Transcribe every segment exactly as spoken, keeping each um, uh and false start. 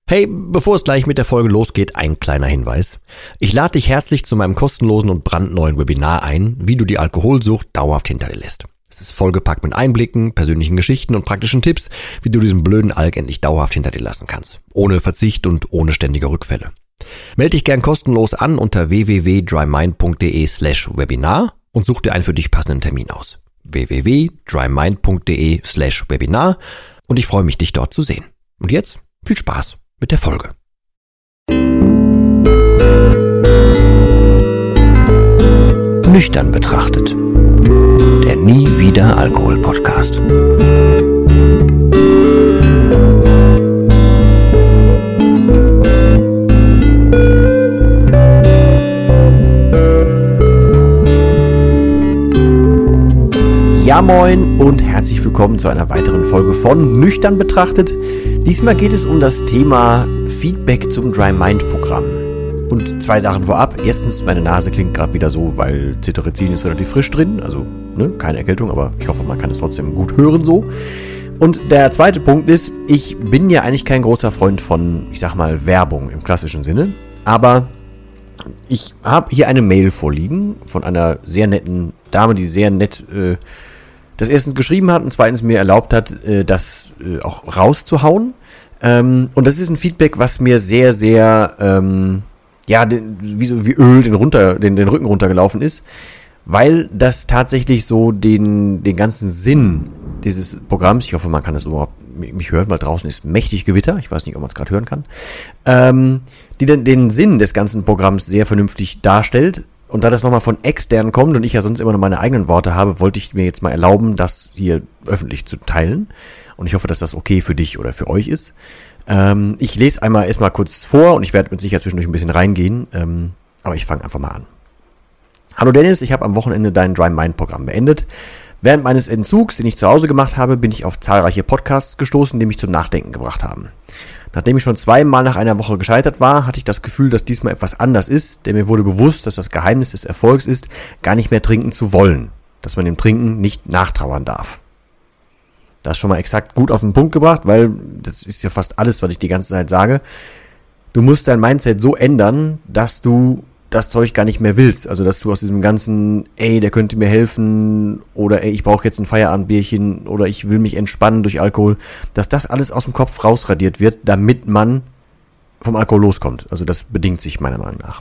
Hey, bevor es gleich mit der Folge losgeht, ein kleiner Hinweis. Ich lade dich herzlich zu meinem kostenlosen und brandneuen Webinar ein, wie du die Alkoholsucht dauerhaft hinter dir lässt. Es ist vollgepackt mit Einblicken, persönlichen Geschichten und praktischen Tipps, wie du diesen blöden Alk endlich dauerhaft hinter dir lassen kannst. Ohne Verzicht und ohne ständige Rückfälle. Melde dich gern kostenlos an unter w w w punkt drymind.de slash webinar und such dir einen für dich passenden Termin aus. w w w punkt drymind.de slash webinar und ich freue mich, dich dort zu sehen. Und jetzt viel Spaß mit der Folge. Nüchtern betrachtet. Der Nie wieder Alkohol Podcast. Ja moin und herzlich willkommen zu einer weiteren Folge von Nüchtern betrachtet. Diesmal geht es um das Thema Feedback zum Dry Mind Programm. Und zwei Sachen vorab. Erstens, meine Nase klingt gerade wieder so, weil Cetirizin ist relativ frisch drin. Also ne, keine Erkältung, aber ich hoffe, man kann es trotzdem gut hören so. Und der zweite Punkt ist, ich bin ja eigentlich kein großer Freund von, ich sag mal, Werbung im klassischen Sinne. Aber ich habe hier eine Mail vorliegen von einer sehr netten Dame, die sehr nett äh, das erstens geschrieben hat und zweitens mir erlaubt hat, äh, das äh, auch rauszuhauen. Ähm, und das ist ein Feedback, was mir sehr, sehr, ähm, ja, den, wie, so, wie Öl den, runter, den, den Rücken runtergelaufen ist, weil das tatsächlich so den, den ganzen Sinn dieses Programms, ich hoffe, man kann das überhaupt mich hören, weil draußen ist mächtig Gewitter, ich weiß nicht, ob man es gerade hören kann, ähm, die den, den Sinn des ganzen Programms sehr vernünftig darstellt. Und da das nochmal von extern kommt und ich ja sonst immer noch meine eigenen Worte habe, wollte ich mir jetzt mal erlauben, das hier öffentlich zu teilen. Und ich hoffe, dass das okay für dich oder für euch ist. Ähm, ich lese einmal erstmal kurz vor und ich werde mit Sicherheit zwischendurch ein bisschen reingehen. Ähm, aber ich fange einfach mal an. Hallo Dennis, ich habe am Wochenende dein Dry Mind Programm beendet. Während meines Entzugs, den ich zu Hause gemacht habe, bin ich auf zahlreiche Podcasts gestoßen, die mich zum Nachdenken gebracht haben. Nachdem ich schon zweimal nach einer Woche gescheitert war, hatte ich das Gefühl, dass diesmal etwas anders ist, denn mir wurde bewusst, dass das Geheimnis des Erfolgs ist, gar nicht mehr trinken zu wollen, dass man dem Trinken nicht nachtrauern darf. Das ist schon mal exakt gut auf den Punkt gebracht, weil das ist ja fast alles, was ich die ganze Zeit sage. Du musst dein Mindset so ändern, dass du das Zeug gar nicht mehr willst. Also, dass du aus diesem ganzen, ey, der könnte mir helfen oder ey, ich brauche jetzt ein Feierabendbierchen oder ich will mich entspannen durch Alkohol, dass das alles aus dem Kopf rausradiert wird, damit man vom Alkohol loskommt. Also, das bedingt sich meiner Meinung nach.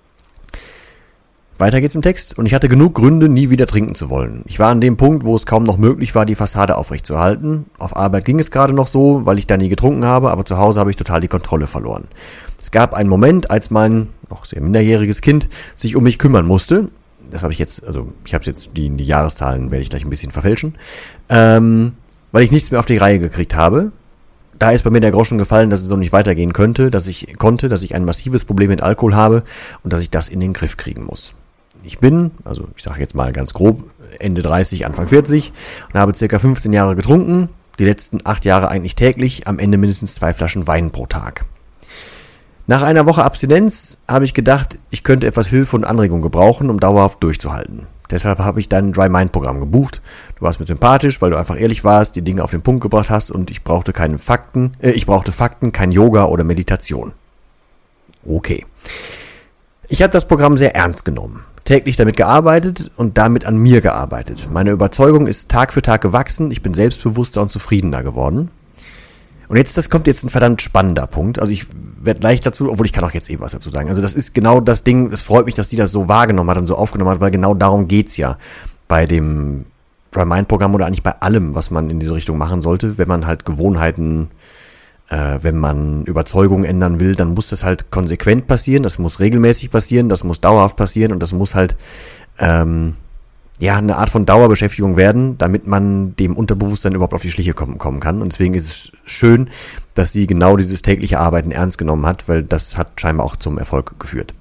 Weiter geht's im Text. Und ich hatte genug Gründe, nie wieder trinken zu wollen. Ich war an dem Punkt, wo es kaum noch möglich war, die Fassade aufrechtzuerhalten. Auf Arbeit ging es gerade noch so, weil ich da nie getrunken habe, aber zu Hause habe ich total die Kontrolle verloren. Es gab einen Moment, als mein noch sehr minderjähriges Kind sich um mich kümmern musste. Das habe ich jetzt, also ich habe jetzt, die, die Jahreszahlen werde ich gleich ein bisschen verfälschen, ähm, weil ich nichts mehr auf die Reihe gekriegt habe. Da ist bei mir der Groschen gefallen, dass es so nicht weitergehen könnte, dass ich konnte, dass ich ein massives Problem mit Alkohol habe und dass ich das in den Griff kriegen muss. Ich bin, also ich sage jetzt mal ganz grob, Ende dreißig, Anfang vierzig und habe circa fünfzehn Jahre getrunken, die letzten acht Jahre eigentlich täglich, am Ende mindestens zwei Flaschen Wein pro Tag. Nach einer Woche Abstinenz habe ich gedacht, ich könnte etwas Hilfe und Anregung gebrauchen, um dauerhaft durchzuhalten. Deshalb habe ich dein Dry Mind Programm gebucht. Du warst mir sympathisch, weil du einfach ehrlich warst, die Dinge auf den Punkt gebracht hast und ich brauchte keine Fakten, äh, ich brauchte Fakten, kein Yoga oder Meditation. Okay. Ich habe das Programm sehr ernst genommen, täglich damit gearbeitet und damit an mir gearbeitet. Meine Überzeugung ist Tag für Tag gewachsen, ich bin selbstbewusster und zufriedener geworden. Und jetzt, das kommt jetzt ein verdammt spannender Punkt. Also ich werde gleich dazu, obwohl ich kann auch jetzt eben was dazu sagen. Also das ist genau das Ding, es freut mich, dass die das so wahrgenommen hat und so aufgenommen hat, weil genau darum geht's ja bei dem Dry Mind Programm oder eigentlich bei allem, was man in diese Richtung machen sollte. Wenn man halt Gewohnheiten, äh, wenn man Überzeugungen ändern will, dann muss das halt konsequent passieren, das muss regelmäßig passieren, das muss dauerhaft passieren und das muss halt ähm, ja, eine Art von Dauerbeschäftigung werden, damit man dem Unterbewusstsein überhaupt auf die Schliche kommen, kommen kann. Und deswegen ist es schön, dass sie genau dieses tägliche Arbeiten ernst genommen hat, weil das hat scheinbar auch zum Erfolg geführt.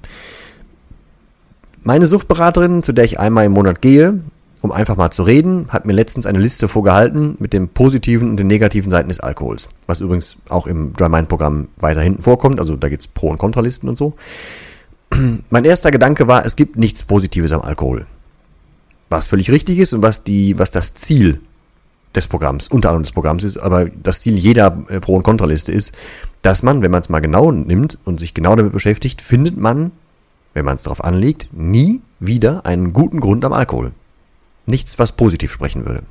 Meine Suchtberaterin, zu der ich einmal im Monat gehe, um einfach mal zu reden, hat mir letztens eine Liste vorgehalten mit den positiven und den negativen Seiten des Alkohols. Was übrigens auch im Dry Mind Programm weiter hinten vorkommt, also da gibt's Pro- und Kontralisten und so. Mein erster Gedanke war, es gibt nichts Positives am Alkohol. Was völlig richtig ist und was die, was das Ziel des Programms, unter anderem des Programms ist, aber das Ziel jeder Pro- und Kontraliste ist, dass man, wenn man es mal genau nimmt und sich genau damit beschäftigt, findet man, wenn man es darauf anlegt, nie wieder einen guten Grund am Alkohol. Nichts, was positiv sprechen würde.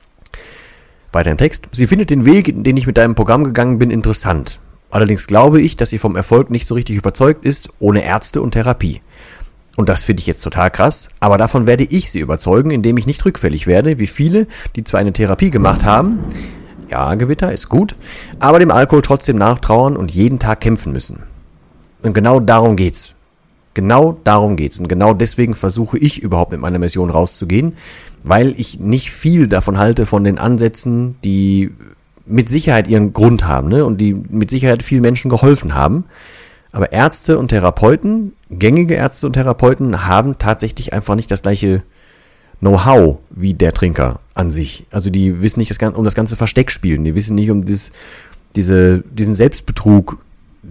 Weiter im Text. Sie findet den Weg, den ich mit deinem Programm gegangen bin, interessant. Allerdings glaube ich, dass sie vom Erfolg nicht so richtig überzeugt ist, ohne Ärzte und Therapie. Und das finde ich jetzt total krass, aber davon werde ich sie überzeugen, indem ich nicht rückfällig werde, wie viele, die zwar eine Therapie gemacht haben, ja, Gewitter ist gut, aber dem Alkohol trotzdem nachtrauern und jeden Tag kämpfen müssen. Und genau darum geht's. Genau darum geht's. Und genau deswegen versuche ich überhaupt mit meiner Mission rauszugehen, weil ich nicht viel davon halte von den Ansätzen, die mit Sicherheit ihren Grund haben, ne? Und die mit Sicherheit vielen Menschen geholfen haben. Aber Ärzte und Therapeuten, gängige Ärzte und Therapeuten haben tatsächlich einfach nicht das gleiche Know-how wie der Trinker an sich. Also die wissen nicht das, um das ganze Versteckspielen, die wissen nicht um dieses, diese, diesen Selbstbetrug.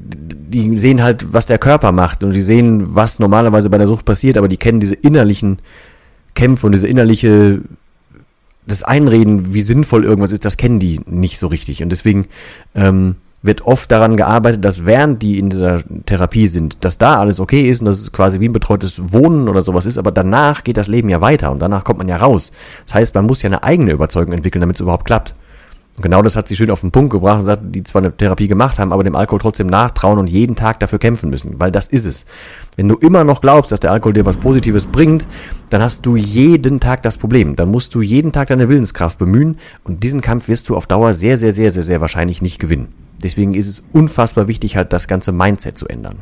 Die sehen halt, was der Körper macht und die sehen, was normalerweise bei der Sucht passiert, aber die kennen diese innerlichen Kämpfe und diese innerliche, das Einreden, wie sinnvoll irgendwas ist, das kennen die nicht so richtig. Und deswegen ähm, wird oft daran gearbeitet, dass während die in dieser Therapie sind, dass da alles okay ist und dass es quasi wie ein betreutes Wohnen oder sowas ist, aber danach geht das Leben ja weiter und danach kommt man ja raus. Das heißt, man muss ja eine eigene Überzeugung entwickeln, damit es überhaupt klappt. Und genau das hat sie schön auf den Punkt gebracht und gesagt, die zwar eine Therapie gemacht haben, aber dem Alkohol trotzdem nachtrauen und jeden Tag dafür kämpfen müssen, weil das ist es. Wenn du immer noch glaubst, dass der Alkohol dir was Positives bringt, dann hast du jeden Tag das Problem. Dann musst du jeden Tag deine Willenskraft bemühen und diesen Kampf wirst du auf Dauer sehr, sehr, sehr, sehr, sehr wahrscheinlich nicht gewinnen. Deswegen ist es unfassbar wichtig, halt das ganze Mindset zu ändern.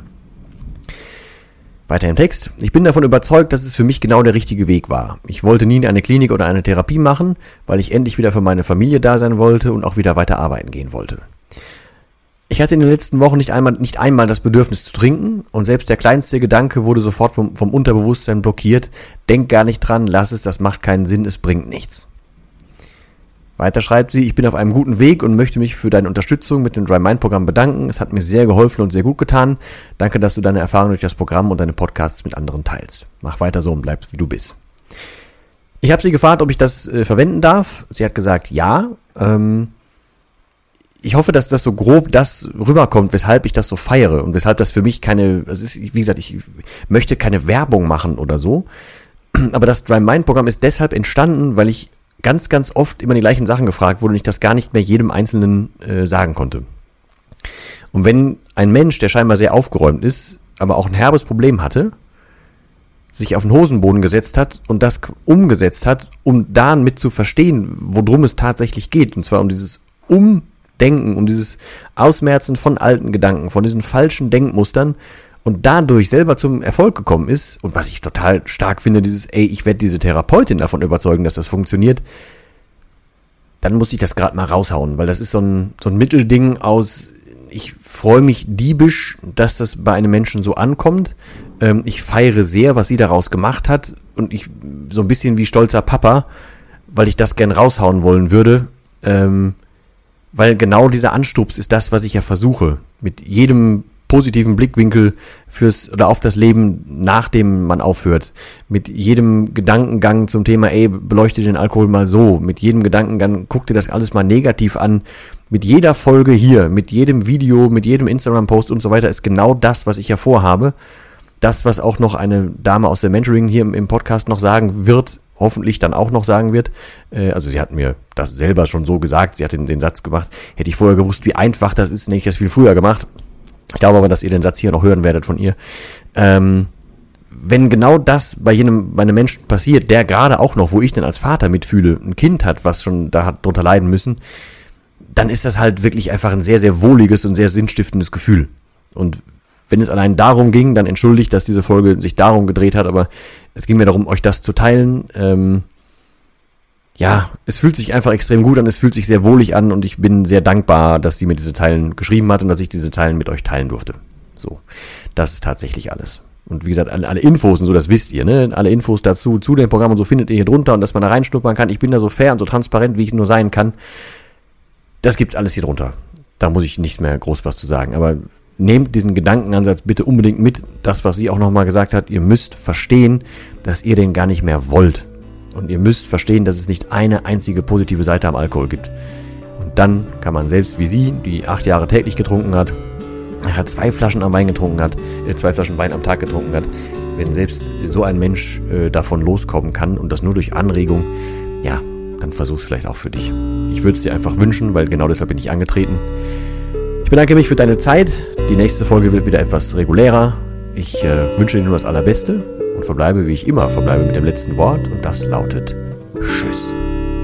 Weiter im Text. Ich bin davon überzeugt, dass es für mich genau der richtige Weg war. Ich wollte nie eine Klinik oder eine Therapie machen, weil ich endlich wieder für meine Familie da sein wollte und auch wieder weiter arbeiten gehen wollte. Ich hatte in den letzten Wochen nicht einmal, nicht einmal das Bedürfnis zu trinken und selbst der kleinste Gedanke wurde sofort vom, vom Unterbewusstsein blockiert. Denk gar nicht dran, lass es, das macht keinen Sinn, es bringt nichts. Weiter schreibt sie, ich bin auf einem guten Weg und möchte mich für deine Unterstützung mit dem Dry Mind Programm bedanken. Es hat mir sehr geholfen und sehr gut getan. Danke, dass du deine Erfahrungen durch das Programm und deine Podcasts mit anderen teilst. Mach weiter so und bleib, wie du bist. Ich habe sie gefragt, ob ich das äh, verwenden darf. Sie hat gesagt, ja. Ähm, ich hoffe, dass das so grob das rüberkommt, weshalb ich das so feiere und weshalb das für mich keine, das ist, wie gesagt, ich möchte keine Werbung machen oder so. Aber das Dry Mind Programm ist deshalb entstanden, weil ich ganz, ganz oft immer die gleichen Sachen gefragt wurde und ich das gar nicht mehr jedem Einzelnen äh, sagen konnte. Und wenn ein Mensch, der scheinbar sehr aufgeräumt ist, aber auch ein herbes Problem hatte, sich auf den Hosenboden gesetzt hat und das umgesetzt hat, um damit zu verstehen, worum es tatsächlich geht, und zwar um dieses Umdenken, um dieses Ausmerzen von alten Gedanken, von diesen falschen Denkmustern, und dadurch selber zum Erfolg gekommen ist, und was ich total stark finde, dieses, ey, ich werde diese Therapeutin davon überzeugen, dass das funktioniert, dann muss ich das gerade mal raushauen, weil das ist so ein, so ein Mittelding aus, ich freue mich diebisch, dass das bei einem Menschen so ankommt, ähm, ich feiere sehr, was sie daraus gemacht hat, und ich, so ein bisschen wie stolzer Papa, weil ich das gern raushauen wollen würde, ähm, weil genau dieser Anstups ist das, was ich ja versuche, mit jedem positiven Blickwinkel fürs oder auf das Leben, nachdem man aufhört. Mit jedem Gedankengang zum Thema, ey, beleuchte den Alkohol mal so. Mit jedem Gedankengang, guck dir das alles mal negativ an. Mit jeder Folge hier, mit jedem Video, mit jedem Instagram-Post und so weiter ist genau das, was ich ja vorhabe. Das, was auch noch eine Dame aus der Mentoring hier im, im Podcast noch sagen wird, hoffentlich dann auch noch sagen wird. Äh, also sie hat mir das selber schon so gesagt, sie hat den, den Satz gemacht, hätte ich vorher gewusst, wie einfach das ist, hätte ich das viel früher gemacht. Ich glaube aber, dass ihr den Satz hier noch hören werdet von ihr. Ähm, wenn genau das bei jenem, bei einem Menschen passiert, der gerade auch noch, wo ich denn als Vater mitfühle, ein Kind hat, was schon da hat drunter leiden müssen, dann ist das halt wirklich einfach ein sehr, sehr wohliges und sehr sinnstiftendes Gefühl. Und wenn es allein darum ging, dann entschuldigt, dass diese Folge sich darum gedreht hat, aber es ging mir darum, euch das zu teilen. Ähm, Ja, es fühlt sich einfach extrem gut an, es fühlt sich sehr wohlig an und ich bin sehr dankbar, dass sie mir diese Zeilen geschrieben hat und dass ich diese Zeilen mit euch teilen durfte. So, das ist tatsächlich alles. Und wie gesagt, alle, alle Infos und so, das wisst ihr, ne? Alle Infos dazu, zu dem Programm und so findet ihr hier drunter und dass man da reinschnuppern kann. Ich bin da so fair und so transparent, wie ich nur sein kann. Das gibt's alles hier drunter. Da muss ich nicht mehr groß was zu sagen, aber nehmt diesen Gedankenansatz bitte unbedingt mit. Das, was sie auch nochmal gesagt hat, ihr müsst verstehen, dass ihr den gar nicht mehr wollt. Und ihr müsst verstehen, dass es nicht eine einzige positive Seite am Alkohol gibt. Und dann kann man selbst wie sie, die acht Jahre täglich getrunken hat, nachher zwei Flaschen am Wein getrunken hat, äh, zwei Flaschen Wein am Tag getrunken hat, wenn selbst so ein Mensch äh, davon loskommen kann und das nur durch Anregung, ja, dann versuch's vielleicht auch für dich. Ich würde es dir einfach wünschen, weil genau deshalb bin ich angetreten. Ich bedanke mich für deine Zeit. Die nächste Folge wird wieder etwas regulärer. Ich äh, wünsche dir nur das Allerbeste und verbleibe, wie ich immer verbleibe, mit dem letzten Wort und das lautet Tschüss.